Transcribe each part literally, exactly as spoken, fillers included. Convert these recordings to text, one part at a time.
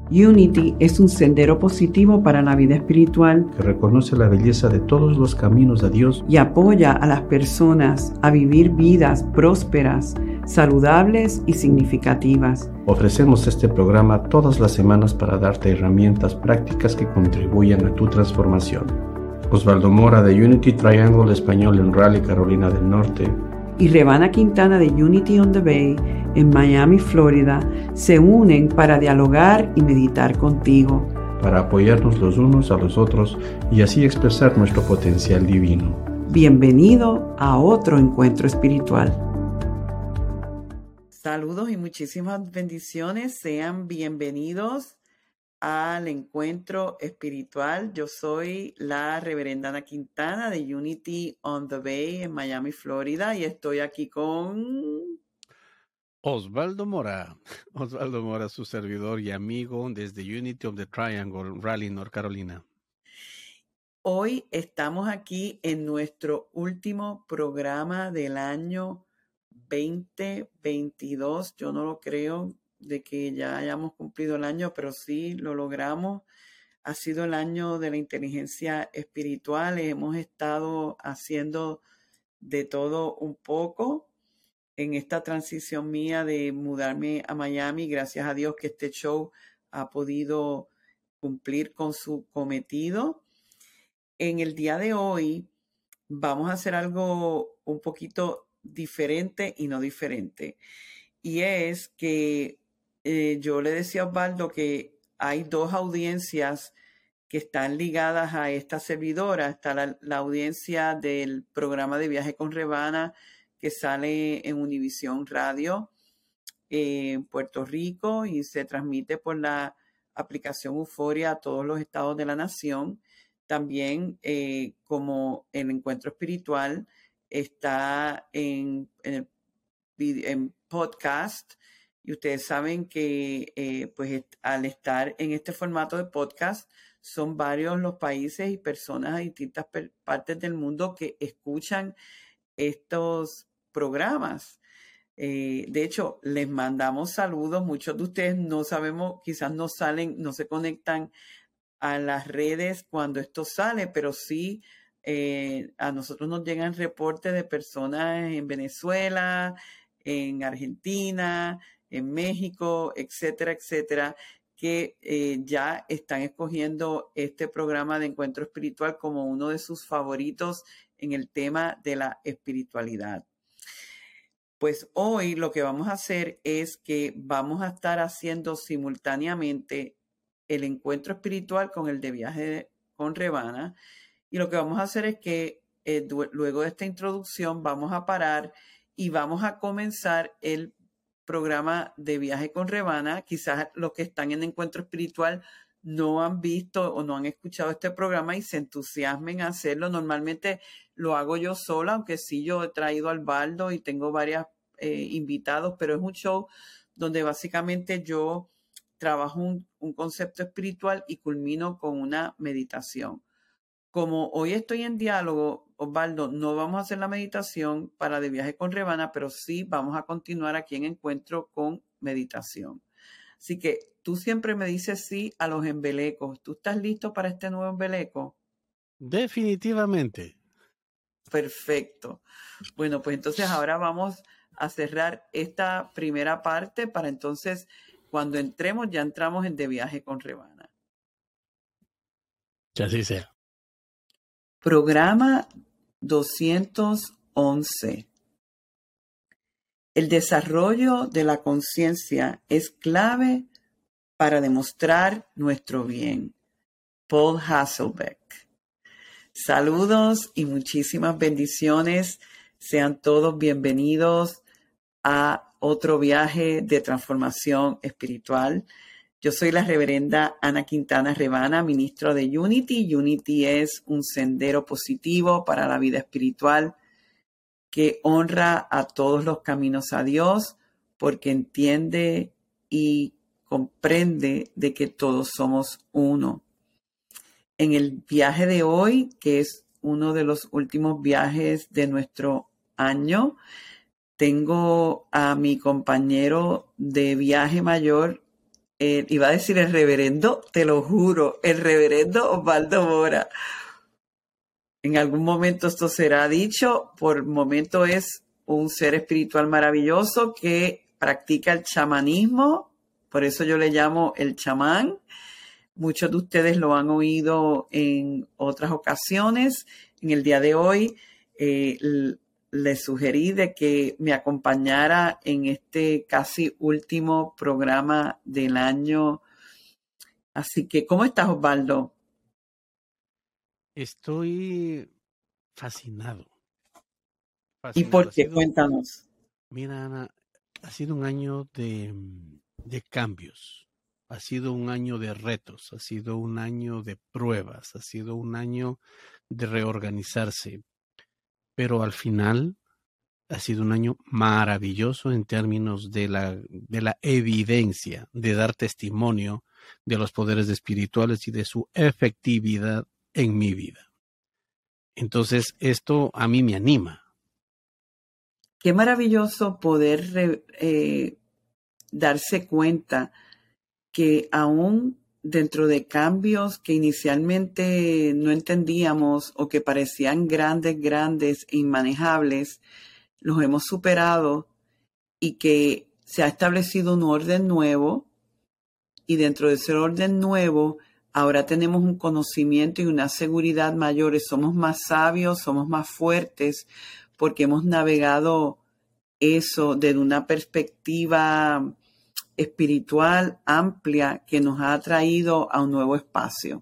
Unity es un sendero positivo para la vida espiritual que reconoce la belleza de todos los caminos a Dios y apoya a las personas a vivir vidas prósperas, saludables y significativas. Ofrecemos este programa todas las semanas para darte herramientas prácticas que contribuyan a tu transformación. Osvaldo Mora de Unity Triangle Español en Raleigh, Carolina del Norte, y Revana Quintana de Unity on the Bay en Miami, Florida, se unen para dialogar y meditar contigo, para apoyarnos los unos a los otros y así expresar nuestro potencial divino. Bienvenido a otro encuentro espiritual. Saludos y muchísimas bendiciones. Sean bienvenidos al encuentro espiritual. Yo soy la reverenda Ana Quintana de Unity on the Bay en Miami, Florida, y estoy aquí con Osvaldo Mora. Osvaldo Mora, su servidor y amigo desde Unity of the Triangle, Raleigh, North Carolina. Hoy estamos aquí en nuestro último programa del año veinte veintidós. Yo no lo creo de que ya hayamos cumplido el año, pero sí lo logramos. Ha sido el año de la inteligencia espiritual. Hemos estado haciendo de todo un poco en esta transición mía de mudarme a Miami. Gracias a Dios que este show ha podido cumplir con su cometido. En el día de hoy vamos a hacer algo un poquito diferente y no diferente. Y es que eh, yo le decía a Osvaldo que hay dos audiencias que están ligadas a esta servidora. Está la, la audiencia del programa de Viaje con Revana que sale en Univisión Radio eh, en Puerto Rico y se transmite por la aplicación Euforia a todos los estados de la nación. También eh, como el encuentro espiritual está en, en el en podcast, y ustedes saben que eh, pues al estar en este formato de podcast son varios los países y personas de distintas partes del mundo que escuchan estos programas. Eh, de hecho, les mandamos saludos. Muchos de ustedes no sabemos, quizás no salen, no se conectan a las redes cuando esto sale, pero sí eh, a nosotros nos llegan reportes de personas en Venezuela, en Argentina, en México, etcétera, etcétera, que eh, ya están escogiendo este programa de encuentro espiritual como uno de sus favoritos en el tema de la espiritualidad. Pues hoy lo que vamos a hacer es que vamos a estar haciendo simultáneamente el encuentro espiritual con el de Viaje con Revana, y lo que vamos a hacer es que eh, luego de esta introducción vamos a parar y vamos a comenzar el programa de Viaje con Revana. Quizás los que están en encuentro espiritual no han visto o no han escuchado este programa y se entusiasmen a hacerlo. Normalmente lo hago yo sola, aunque sí yo he traído al Osvaldo y tengo varios eh, invitados, pero es un show donde básicamente yo trabajo un, un concepto espiritual y culmino con una meditación. Como hoy estoy en diálogo, Osvaldo, no vamos a hacer la meditación para de Viaje con Revana, pero sí vamos a continuar aquí en Encuentro con meditación. Así que tú siempre me dices sí a los embelecos. ¿Tú estás listo para este nuevo embeleco? Definitivamente. Perfecto. Bueno, pues entonces ahora vamos a cerrar esta primera parte para entonces, cuando entremos, ya entramos en de Viaje con Revana. Que así sea. Programa doscientos once. El desarrollo de la conciencia es clave para demostrar nuestro bien. Paul Hasselbeck. Saludos y muchísimas bendiciones. Sean todos bienvenidos a otro viaje de transformación espiritual. Yo soy la reverenda Ana Quintana Revana, ministro de Unity. Unity es un sendero positivo para la vida espiritual que honra a todos los caminos a Dios, porque entiende y comprende de que todos somos uno. En el viaje de hoy, que es uno de los últimos viajes de nuestro año, tengo a mi compañero de viaje mayor, eh, iba a decir el reverendo, te lo juro, el reverendo Osvaldo Mora. En algún momento esto será dicho, por momento es un ser espiritual maravilloso que practica el chamanismo, por eso yo le llamo el chamán. Muchos de ustedes lo han oído en otras ocasiones. En el día de hoy eh, le sugerí de que me acompañara en este casi último programa del año. Así que, ¿cómo estás, Osvaldo? Estoy fascinado. ¿Y fascinado. por Ha qué? sido, Cuéntanos. mira, Ana, ha sido un año de, de cambios, ha sido un año de retos, ha sido un año de pruebas, ha sido un año de reorganizarse, pero al final ha sido un año maravilloso en términos de la, de la evidencia, de dar testimonio de los poderes espirituales y de su efectividad en mi vida. Entonces, esto a mí me anima. Qué maravilloso poder eh, darse cuenta que aún dentro de cambios que inicialmente no entendíamos o que parecían grandes, grandes e inmanejables, los hemos superado y que se ha establecido un orden nuevo, y dentro de ese orden nuevo ahora tenemos un conocimiento y una seguridad mayores, somos más sabios, somos más fuertes, porque hemos navegado eso desde una perspectiva espiritual amplia que nos ha traído a un nuevo espacio.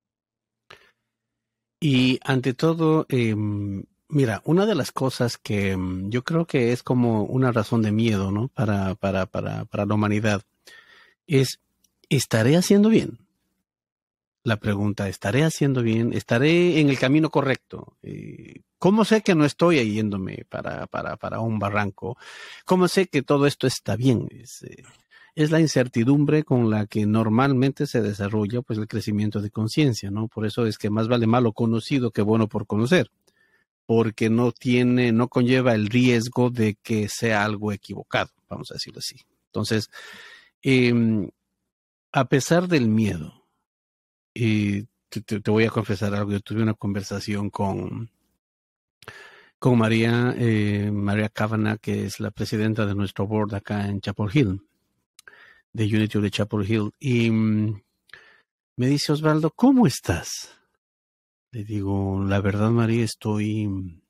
Y ante todo, eh, mira, una de las cosas que um, yo creo que es como una razón de miedo, ¿no? Para, para, para, para la humanidad, es, ¿estaré haciendo bien? La pregunta, ¿estaré haciendo bien? ¿Estaré en el camino correcto? Eh, ¿Cómo sé que no estoy yéndome para, para, para un barranco? ¿Cómo sé que todo esto está bien? Es, eh, es la incertidumbre con la que normalmente se desarrolla pues el crecimiento de conciencia, ¿no? Por eso es que más vale malo conocido que bueno por conocer, porque no tiene, no conlleva el riesgo de que sea algo equivocado, vamos a decirlo así. Entonces, eh, a pesar del miedo, y te, te, te voy a confesar algo, yo tuve una conversación con, con María, eh, María Kavanagh, que es la presidenta de nuestro board acá en Chapel Hill, de Unity de Chapel Hill, y um, me dice, Osvaldo, ¿cómo estás? Le digo, la verdad, María, estoy,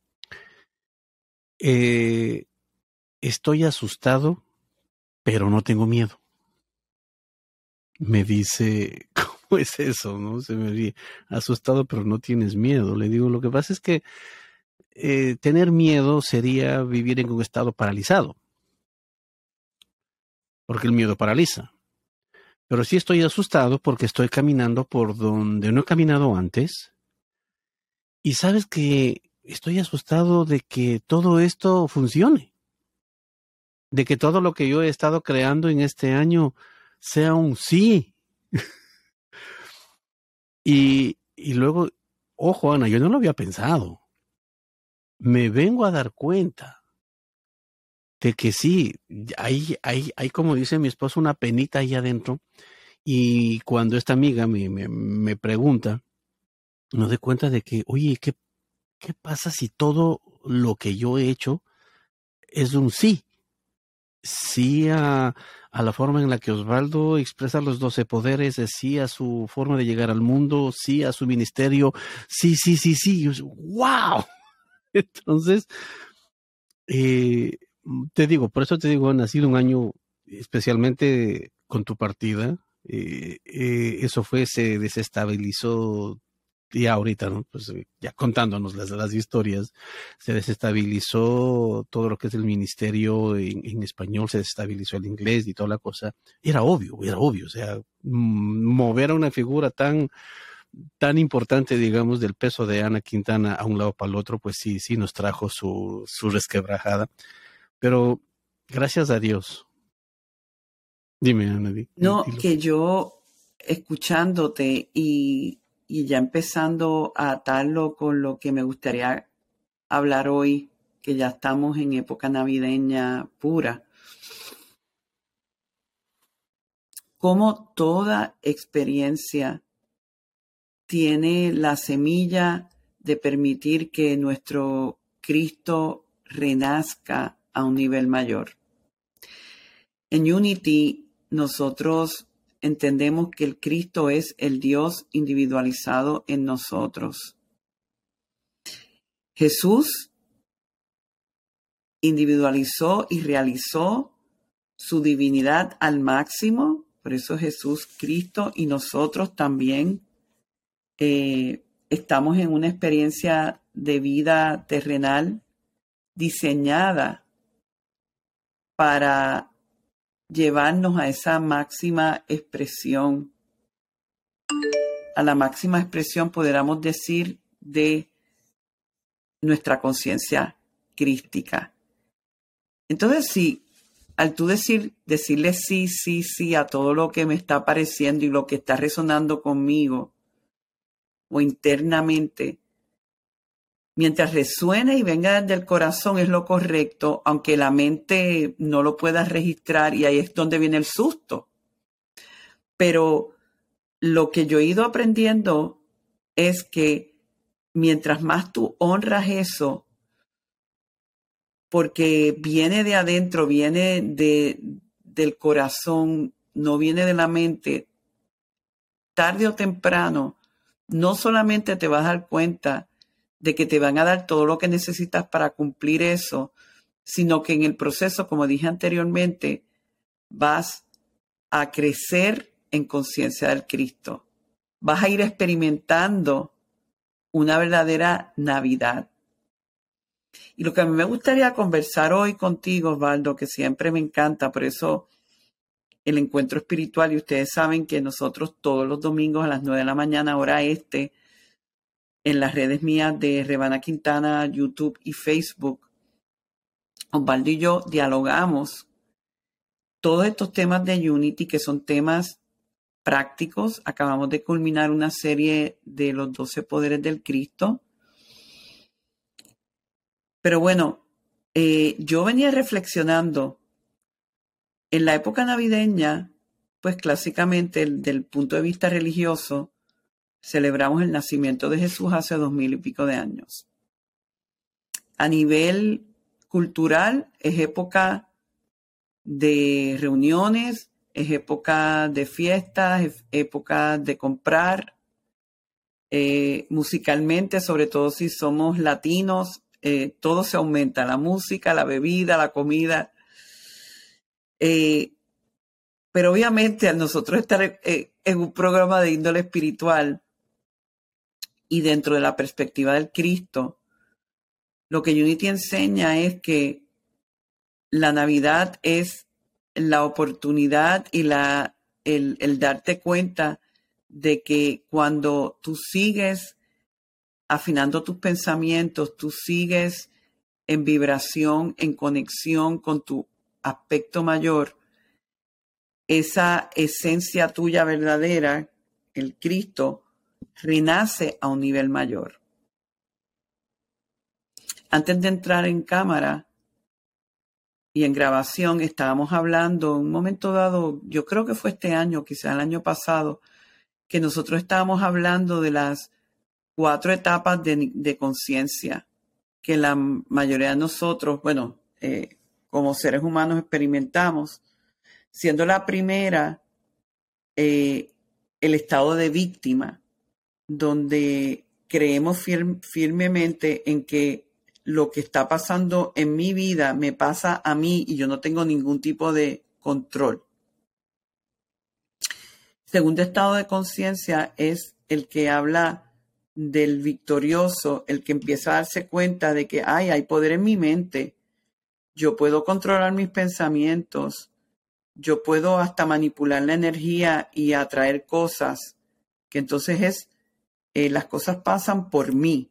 eh, estoy asustado, pero no tengo miedo. Me dice, ¿cómo es eso? ¿No? Se me ríe, asustado, pero no tienes miedo. Le digo, lo que pasa es que eh, tener miedo sería vivir en un estado paralizado, porque el miedo paraliza. Pero sí estoy asustado porque estoy caminando por donde no he caminado antes. Y sabes que estoy asustado de que todo esto funcione, de que todo lo que yo he estado creando en este año sea un sí. y, y luego, ojo, Ana, yo no lo había pensado. Me vengo a dar cuenta de que sí, hay, hay, hay, como dice mi esposo, una penita ahí adentro. Y cuando esta amiga me, me, me pregunta, me doy cuenta de que, oye, ¿qué, ¿qué pasa si todo lo que yo he hecho es un sí? Sí a, a la forma en la que Osvaldo expresa los doce poderes, sí a su forma de llegar al mundo, sí a su ministerio, sí, sí, sí, sí. Yo, ¡wow! Entonces, eh, te digo, por eso te digo, ha nacido un año especialmente con tu partida. Eh, eh, eso fue, se desestabilizó y ahorita, ¿no? Pues ya contándonos las, las historias, se desestabilizó todo lo que es el ministerio en, en español, se desestabilizó el inglés y toda la cosa. Era obvio, era obvio, o sea, mover a una figura tan, tan importante, digamos, del peso de Ana Quintana a un lado para el otro, pues sí, sí nos trajo su, su resquebrajada. Pero gracias a Dios. Dime, Ana. Di, No, dilo. que yo escuchándote y, y ya empezando a atarlo con lo que me gustaría hablar hoy, que ya estamos en época navideña pura. cómo toda experiencia tiene la semilla de permitir que nuestro Cristo renazca a un nivel mayor. En Unity, nosotros entendemos que el Cristo es el Dios individualizado en nosotros. Jesús individualizó y realizó su divinidad al máximo, por eso Jesús Cristo, y nosotros también eh, estamos en una experiencia de vida terrenal diseñada para llevarnos a esa máxima expresión, a la máxima expresión, podríamos decir, de nuestra conciencia crística. Entonces, sí, al tú decir, decirle sí, sí, sí a todo lo que me está apareciendo y lo que está resonando conmigo o internamente, mientras resuene y venga desde el corazón es lo correcto, aunque la mente no lo pueda registrar, y ahí es donde viene el susto. Pero lo que yo he ido aprendiendo es que mientras más tú honras eso, porque viene de adentro, viene de, del corazón, no viene de la mente, tarde o temprano, no solamente te vas a dar cuenta de que te van a dar todo lo que necesitas para cumplir eso, sino que en el proceso, como dije anteriormente, vas a crecer en conciencia del Cristo. Vas a ir experimentando una verdadera Navidad. Y lo que a mí me gustaría conversar hoy contigo, Osvaldo, que siempre me encanta, por eso el encuentro espiritual, y ustedes saben que nosotros todos los domingos a las nueve de la mañana, hora este, en las redes mías de Revana Quintana, YouTube y Facebook, Osvaldo y yo dialogamos todos estos temas de Unity, que son temas prácticos. Acabamos de culminar una serie de los doce poderes del Cristo. Pero bueno, eh, yo venía reflexionando en la época navideña, pues clásicamente del punto de vista religioso, celebramos el nacimiento de Jesús hace dos mil y pico de años. A nivel cultural es época de reuniones, es época de fiestas, es época de comprar. Eh, musicalmente, sobre todo si somos latinos, eh, todo se aumenta, la música, la bebida, la comida. Eh, pero obviamente al nosotros estar eh, en un programa de índole espiritual y dentro de la perspectiva del Cristo, lo que Unity enseña es que la Navidad es la oportunidad y la, el, el darte cuenta de que cuando tú sigues afinando tus pensamientos, tú sigues en vibración, en conexión con tu aspecto mayor, esa esencia tuya verdadera, el Cristo, renace a un nivel mayor. Antes de entrar en cámara y en grabación, estábamos hablando en un momento dado, yo creo que fue este año, quizá el año pasado, que nosotros estábamos hablando de las cuatro etapas de, de conciencia que la mayoría de nosotros, bueno, eh, como seres humanos experimentamos, siendo la primera eh, el estado de víctima, donde creemos firme, firmemente en que lo que está pasando en mi vida me pasa a mí y yo no tengo ningún tipo de control. Segundo estado de conciencia es el que habla del victorioso, el que empieza a darse cuenta de que ay, hay poder en mi mente, yo puedo controlar mis pensamientos, yo puedo hasta manipular la energía y atraer cosas, que entonces es, eh, las cosas pasan por mí.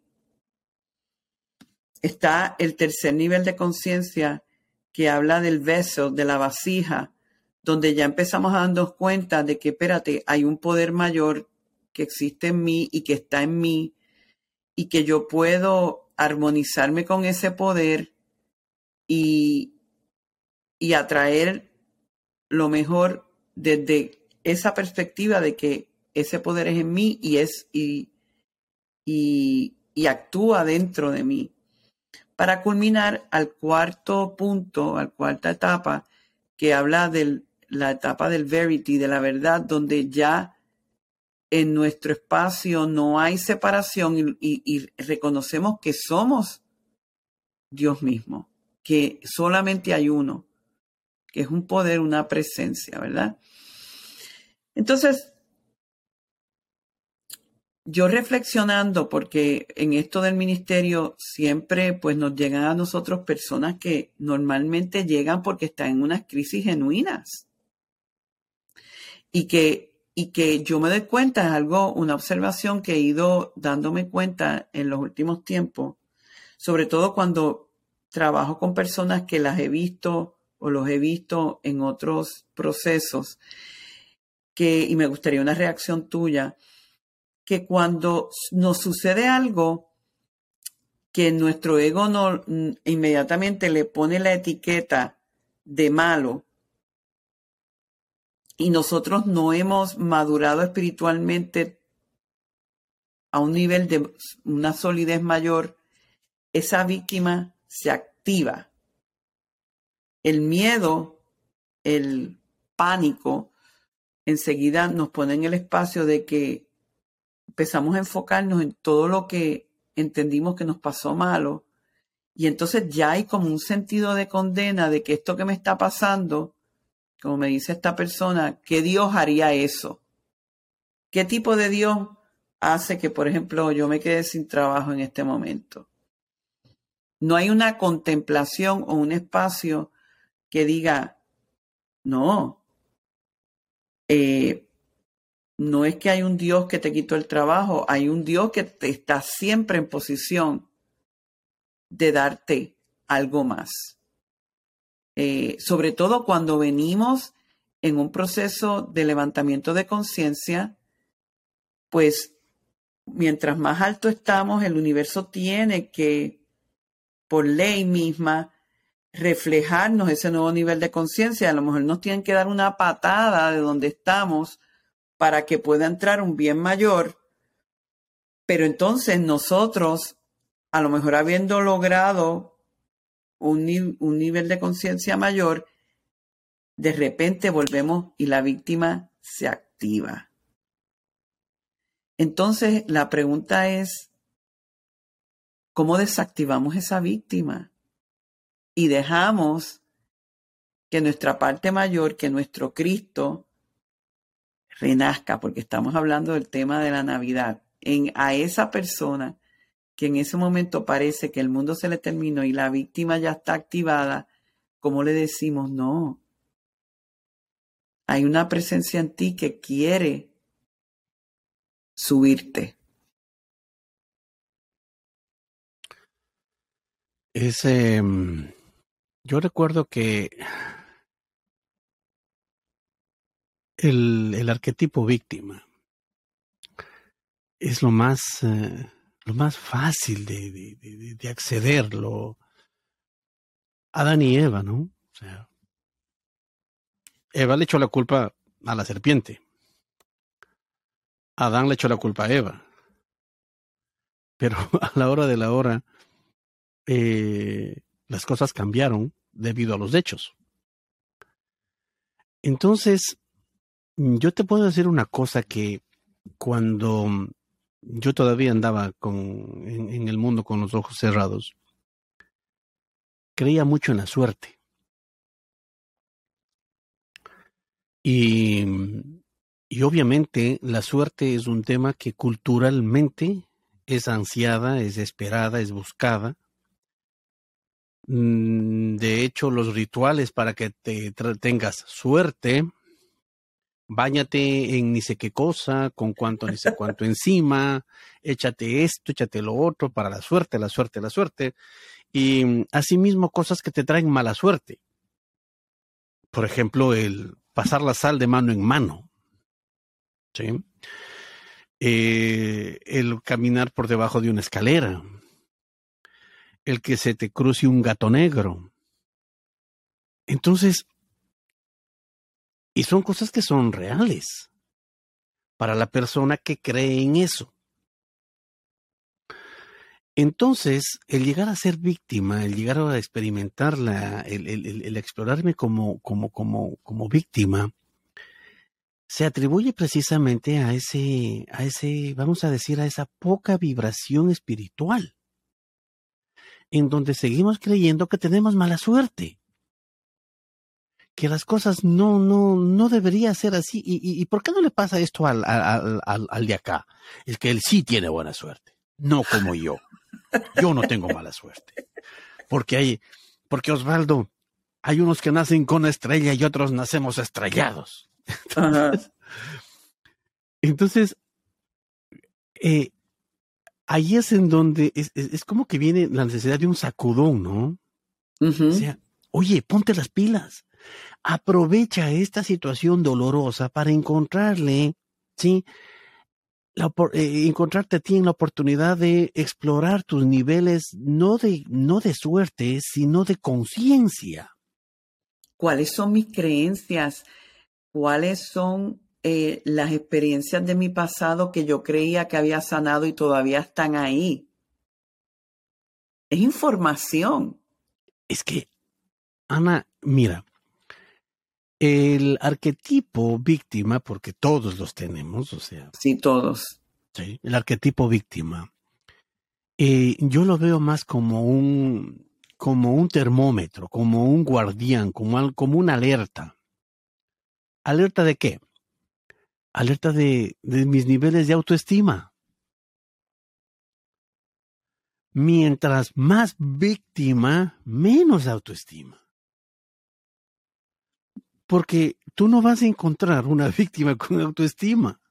Está el tercer nivel de conciencia que habla del vessel, de la vasija, donde ya empezamos a darnos cuenta de que, espérate, hay un poder mayor que existe en mí y que está en mí y que yo puedo armonizarme con ese poder y, y atraer lo mejor desde esa perspectiva de que ese poder es en mí y, es, y, y, y actúa dentro de mí. Para culminar al cuarto punto, a la cuarta etapa, que habla de la etapa del verity, de la verdad, donde ya en nuestro espacio no hay separación y, y, y reconocemos que somos Dios mismo, que solamente hay uno, que es un poder, una presencia, ¿verdad? Entonces, yo reflexionando, porque en esto del ministerio siempre pues nos llegan a nosotros personas que normalmente llegan porque están en unas crisis genuinas. Y que, y que yo me doy cuenta, es algo, una observación que he ido dándome cuenta en los últimos tiempos, sobre todo cuando trabajo con personas que las he visto o los he visto en otros procesos, que, y me gustaría una reacción tuya, que cuando nos sucede algo que nuestro ego no, inmediatamente le pone la etiqueta de malo y nosotros no hemos madurado espiritualmente a un nivel de una solidez mayor, esa víctima se activa. El miedo, el pánico, enseguida nos pone en el espacio de que empezamos a enfocarnos en todo lo que entendimos que nos pasó malo y entonces ya hay como un sentido de condena de que esto que me está pasando, como me dice esta persona, ¿qué Dios haría eso? ¿Qué tipo de Dios hace que, por ejemplo, yo me quede sin trabajo en este momento? No hay una contemplación o un espacio que diga, no, eh, no es que hay un Dios que te quitó el trabajo, hay un Dios que te está siempre en posición de darte algo más. Eh, sobre todo cuando venimos en un proceso de levantamiento de conciencia, pues mientras más alto estamos, el universo tiene que, por ley misma, reflejarnos ese nuevo nivel de conciencia. A lo mejor nos tienen que dar una patada de donde estamos para que pueda entrar un bien mayor, pero entonces nosotros, a lo mejor habiendo logrado un, ni- un nivel de conciencia mayor, de repente volvemos y la víctima se activa. Entonces la pregunta es, ¿cómo desactivamos esa víctima? Y dejamos que nuestra parte mayor, que nuestro Cristo, renazca, porque estamos hablando del tema de la Navidad, en a esa persona que en ese momento parece que el mundo se le terminó y la víctima ya está activada, ¿cómo le decimos? No, hay una presencia en ti que quiere subirte. Es, eh, yo recuerdo que el, el arquetipo víctima es lo más, eh, lo más fácil de, de, de, de acceder. Lo, Adán y Eva, ¿no? O sea, Eva le echó la culpa a la serpiente. Adán le echó la culpa a Eva. Pero a la hora de la hora, eh, las cosas cambiaron debido a los hechos. Entonces, yo te puedo decir una cosa que cuando yo todavía andaba con, en, en el mundo con los ojos cerrados, creía mucho en la suerte. Y, y obviamente la suerte es un tema que culturalmente es ansiada, es esperada, es buscada. De hecho, los rituales para que te tengas suerte, báñate en ni sé qué cosa, con cuánto ni sé cuánto encima, échate esto, échate lo otro para la suerte, la suerte, la suerte. Y asimismo cosas que te traen mala suerte. Por ejemplo, el pasar la sal de mano en mano. ¿Sí? Eh, el caminar por debajo de una escalera. El que se te cruce un gato negro. Entonces, Y son cosas que son reales para la persona que cree en eso. Entonces, el llegar a ser víctima, el llegar a experimentarla, el, el, el, el explorarme como, como, como, como víctima, se atribuye precisamente a ese, a ese, vamos a decir, a esa poca vibración espiritual, en donde seguimos creyendo que tenemos mala suerte, que las cosas no, no, no debería ser así. ¿Y, y, y por qué no le pasa esto al, al, al, al de acá? Es que él sí tiene buena suerte, no como yo. Yo no tengo mala suerte. Porque hay, porque Osvaldo, hay unos que nacen con estrella y otros nacemos estrellados. Entonces, entonces eh, ahí es en donde es, es, es como que viene la necesidad de un sacudón, ¿no? Uh-huh. O sea, oye, ponte las pilas. Aprovecha esta situación dolorosa para encontrarle, ¿sí? La, eh, encontrarte a ti en la oportunidad de explorar tus niveles, no de, no de suerte, sino de conciencia. ¿Cuáles son mis creencias? ¿Cuáles son eh, las experiencias de mi pasado que yo creía que había sanado y todavía están ahí? Es información. Es que, Ana, mira, el arquetipo víctima, porque todos los tenemos, o sea. Sí, todos. Sí, el arquetipo víctima. Eh, yo lo veo más como un, como un termómetro, como un guardián, como, como una alerta. ¿Alerta de qué? Alerta de, de mis niveles de autoestima. Mientras más víctima, menos autoestima. Porque tú no vas a encontrar una víctima con autoestima.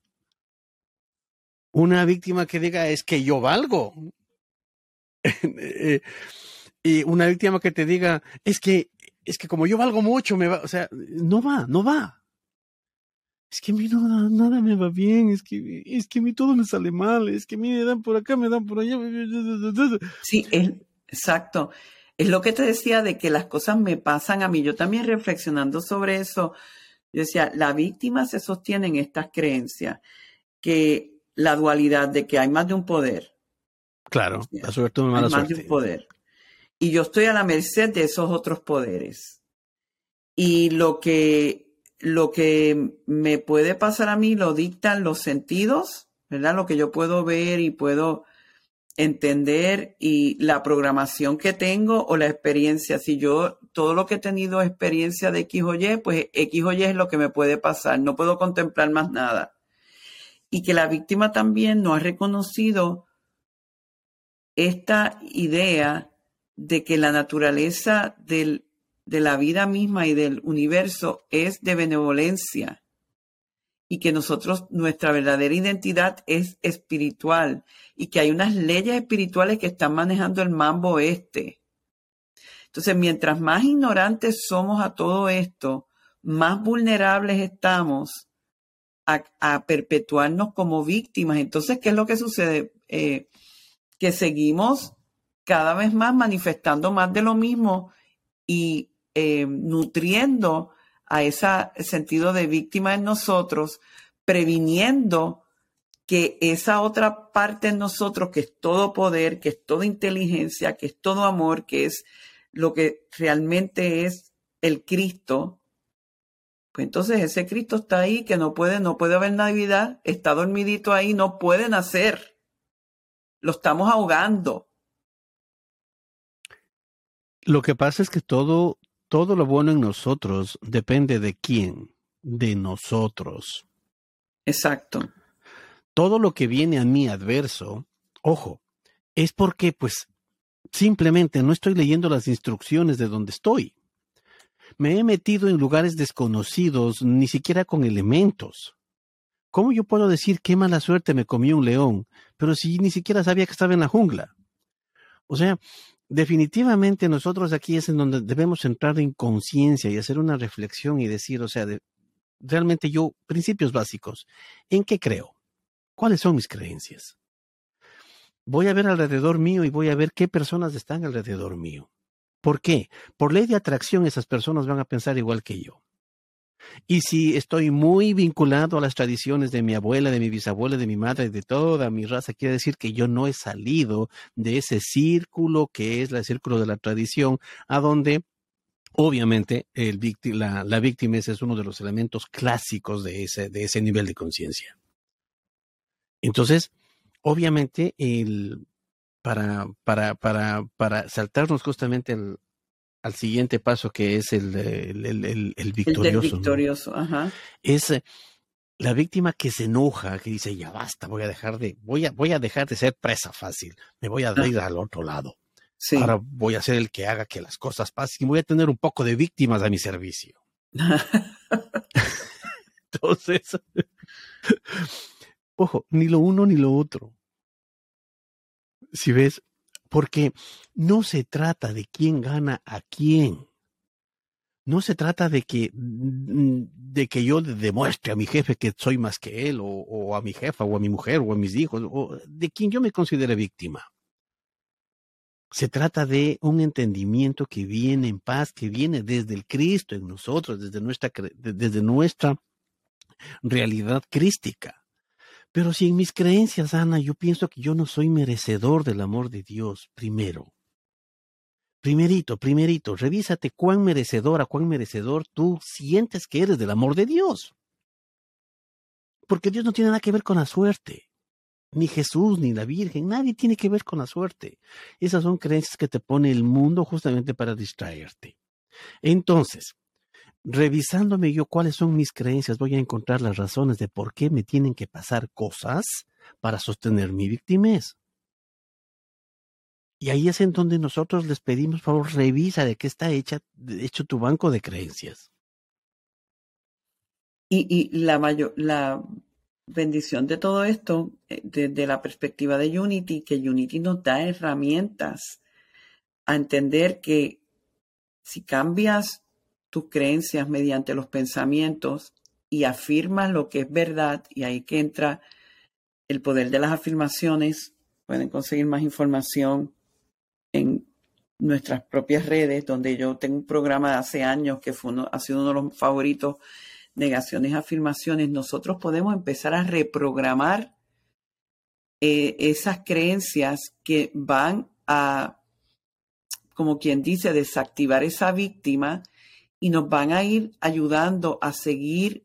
Una víctima que diga, es que yo valgo. Y una víctima que te diga, es que, es que como yo valgo mucho, me va, o sea, no va, no va. Es que a mí no, nada me va bien, es que, es que a mí todo me sale mal, es que a mí me dan por acá, me dan por allá. Sí, es, exacto. Es lo que te decía de que las cosas me pasan a mí. Yo también reflexionando sobre eso, yo decía, la víctima se sostiene en estas creencias, que la dualidad de que hay más de un poder. Claro, o sea, la suerte o mala hay más suerte. de un poder. Y yo estoy a la merced de esos otros poderes. Y lo que, lo que me puede pasar a mí lo dictan los sentidos, ¿verdad? Lo que yo puedo ver y puedo entender, y la programación que tengo o la experiencia. Si yo todo lo que he tenido experiencia de X o Y, pues X o Y es lo que me puede pasar. No puedo contemplar más nada. Y que la víctima también no ha reconocido esta idea de que la naturaleza del, de la vida misma y del universo es de benevolencia. Y que nosotros, nuestra verdadera identidad es espiritual, y que hay unas leyes espirituales que están manejando el mambo este. Entonces, mientras más ignorantes somos a todo esto, más vulnerables estamos a, a perpetuarnos como víctimas. Entonces, ¿qué es lo que sucede? Eh, que seguimos cada vez más manifestando más de lo mismo y eh, nutriendo a ese sentido de víctima en nosotros, previniendo que esa otra parte en nosotros, que es todo poder, que es toda inteligencia, que es todo amor, que es lo que realmente es el Cristo, pues entonces ese Cristo está ahí, que no puede, no puede haber Navidad, está dormidito ahí, no puede nacer. Lo estamos ahogando. Lo que pasa es que todo, todo lo bueno en nosotros depende de quién, de nosotros. Exacto. Todo lo que viene a mí adverso, ojo, es porque pues simplemente no estoy leyendo las instrucciones de donde estoy. Me he metido en lugares desconocidos, ni siquiera con elementos. ¿Cómo yo puedo decir qué mala suerte me comió un león, pero si ni siquiera sabía que estaba en la jungla? O sea, definitivamente nosotros aquí es en donde debemos entrar en conciencia y hacer una reflexión y decir, o sea, de, realmente yo, principios básicos, ¿en qué creo? ¿Cuáles son mis creencias? Voy a ver alrededor mío y voy a ver qué personas están alrededor mío. ¿Por qué? Por ley de atracción esas personas van a pensar igual que yo. Y si estoy muy vinculado a las tradiciones de mi abuela, de mi bisabuela, de mi madre, de toda mi raza, quiere decir que yo no he salido de ese círculo que es el círculo de la tradición, a donde obviamente el vícti- la, la víctima es uno de los elementos clásicos de ese, de ese nivel de conciencia. Entonces, obviamente, el, para, para, para, para saltarnos justamente el, al siguiente paso, que es el, el, el, el, el El del victorioso, ¿no? victorioso, ajá. Es eh, la víctima que se enoja, que dice, ya basta, voy a dejar de, voy a, voy a dejar de ser presa fácil, me voy a Ah, ir al otro lado. sí. Ahora voy a ser el que haga que las cosas pasen y voy a tener un poco de víctimas a mi servicio. Entonces, ojo, ni lo uno ni lo otro. Si ves, porque no se trata de quién gana a quién. No se trata de que, de que yo demuestre a mi jefe que soy más que él, o, o a mi jefa, o a mi mujer, o a mis hijos, o de quien yo me considere víctima. Se trata de un entendimiento que viene en paz, que viene desde el Cristo en nosotros, desde nuestra, desde nuestra realidad crística. Pero si en mis creencias, Ana, yo pienso que yo no soy merecedor del amor de Dios, primero. Primerito, primerito, revísate cuán merecedora, cuán merecedor tú sientes que eres del amor de Dios. Porque Dios no tiene nada que ver con la suerte. Ni Jesús, ni la Virgen, nadie tiene que ver con la suerte. Esas son creencias que te pone el mundo justamente para distraerte. Entonces, revisándome yo cuáles son mis creencias, voy a encontrar las razones de por qué me tienen que pasar cosas para sostener mi victimez. Y ahí es en donde nosotros les pedimos, por favor, revisa de qué está hecha, hecho tu banco de creencias. Y, y la mayor, la bendición de todo esto, desde la perspectiva de Unity, que Unity nos da herramientas a entender que si cambias tus creencias mediante los pensamientos y afirmas lo que es verdad, y ahí que entra el poder de las afirmaciones, pueden conseguir más información en nuestras propias redes, donde yo tengo un programa de hace años que fue uno, ha sido uno de los favoritos, negaciones, afirmaciones. Nosotros podemos empezar a reprogramar eh, esas creencias que van a, como quien dice, desactivar esa víctima y nos van a ir ayudando a seguir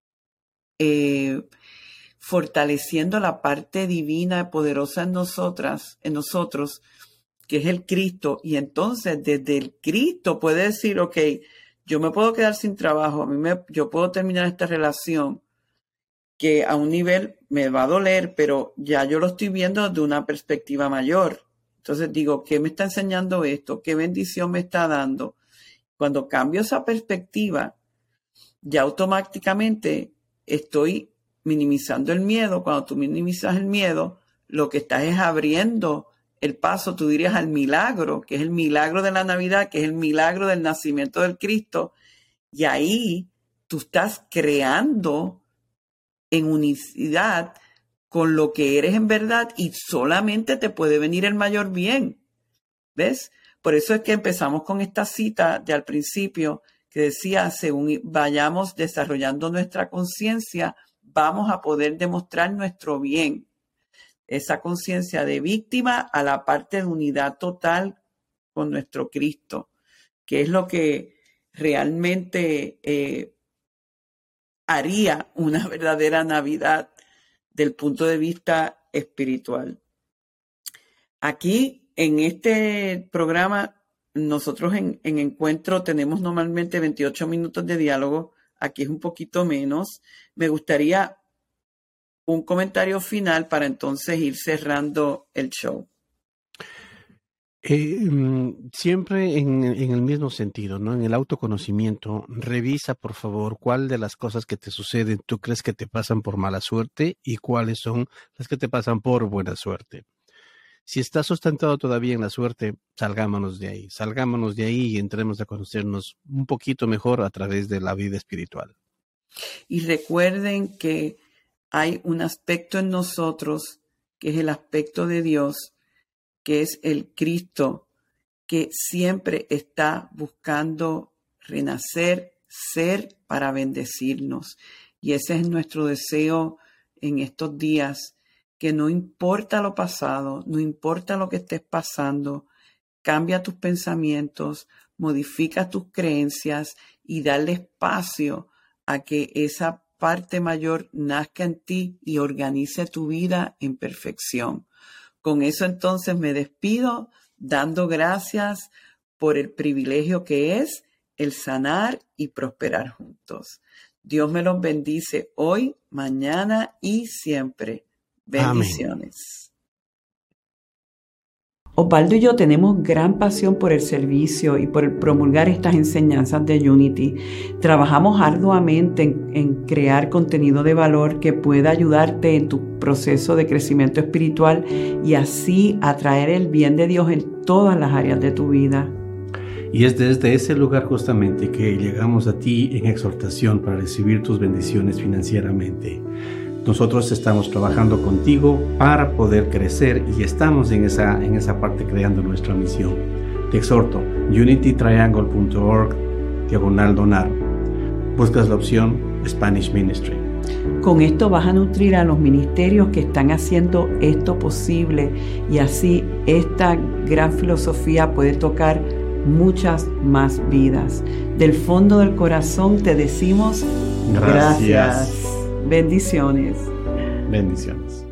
eh, fortaleciendo la parte divina, poderosa en nosotras, en nosotros, que es el Cristo. Y entonces desde el Cristo puede decir, ok, yo me puedo quedar sin trabajo, a mí me, yo puedo terminar esta relación que a un nivel me va a doler, pero ya yo lo estoy viendo de una perspectiva mayor. Entonces digo, ¿qué me está enseñando esto? ¿Qué bendición me está dando? Cuando cambio esa perspectiva, ya automáticamente estoy minimizando el miedo. Cuando tú minimizas el miedo, lo que estás es abriendo el paso, tú dirías, al milagro, que es el milagro de la Navidad, que es el milagro del nacimiento del Cristo. Y ahí tú estás creando en unicidad con lo que eres en verdad y solamente te puede venir el mayor bien. ¿Ves? Por eso es que empezamos con esta cita de al principio que decía, según vayamos desarrollando nuestra conciencia, vamos a poder demostrar nuestro bien. Esa conciencia de víctima a la parte de unidad total con nuestro Cristo, que es lo que realmente eh, haría una verdadera Navidad del punto de vista espiritual. Aquí, en este programa, nosotros en, en Encuentro tenemos normalmente veintiocho minutos de diálogo. Aquí es un poquito menos. Me gustaría un comentario final para entonces ir cerrando el show. Eh, siempre en, en el mismo sentido, ¿no? En el autoconocimiento, revisa por favor cuál de las cosas que te suceden tú crees que te pasan por mala suerte y cuáles son las que te pasan por buena suerte. Si estás sustentado todavía en la suerte, salgámonos de ahí, salgámonos de ahí y entremos a conocernos un poquito mejor a través de la vida espiritual. Y recuerden que hay un aspecto en nosotros que es el aspecto de Dios, que es el Cristo, que siempre está buscando renacer, ser para bendecirnos. Y ese es nuestro deseo en estos días, que no importa lo pasado, no importa lo que estés pasando, cambia tus pensamientos, modifica tus creencias y darle espacio a que esa parte mayor nazca en ti y organice tu vida en perfección. Con eso entonces me despido dando gracias por el privilegio que es el sanar y prosperar juntos. Dios me los bendice hoy, mañana y siempre. Bendiciones. Amén. Osvaldo y yo tenemos gran pasión por el servicio y por el promulgar estas enseñanzas de Unity. Trabajamos arduamente en, en crear contenido de valor que pueda ayudarte en tu proceso de crecimiento espiritual y así atraer el bien de Dios en todas las áreas de tu vida. Y es desde ese lugar justamente que llegamos a ti en exhortación para recibir tus bendiciones financieramente. Nosotros estamos trabajando contigo para poder crecer y estamos en esa, en esa parte creando nuestra misión. Te exhorto, unitytriangle.org, diagonal donar. Buscas la opción Spanish Ministry. Con esto vas a nutrir a los ministerios que están haciendo esto posible y así esta gran filosofía puede tocar muchas más vidas. Del fondo del corazón te decimos gracias. Gracias. Bendiciones. Bendiciones.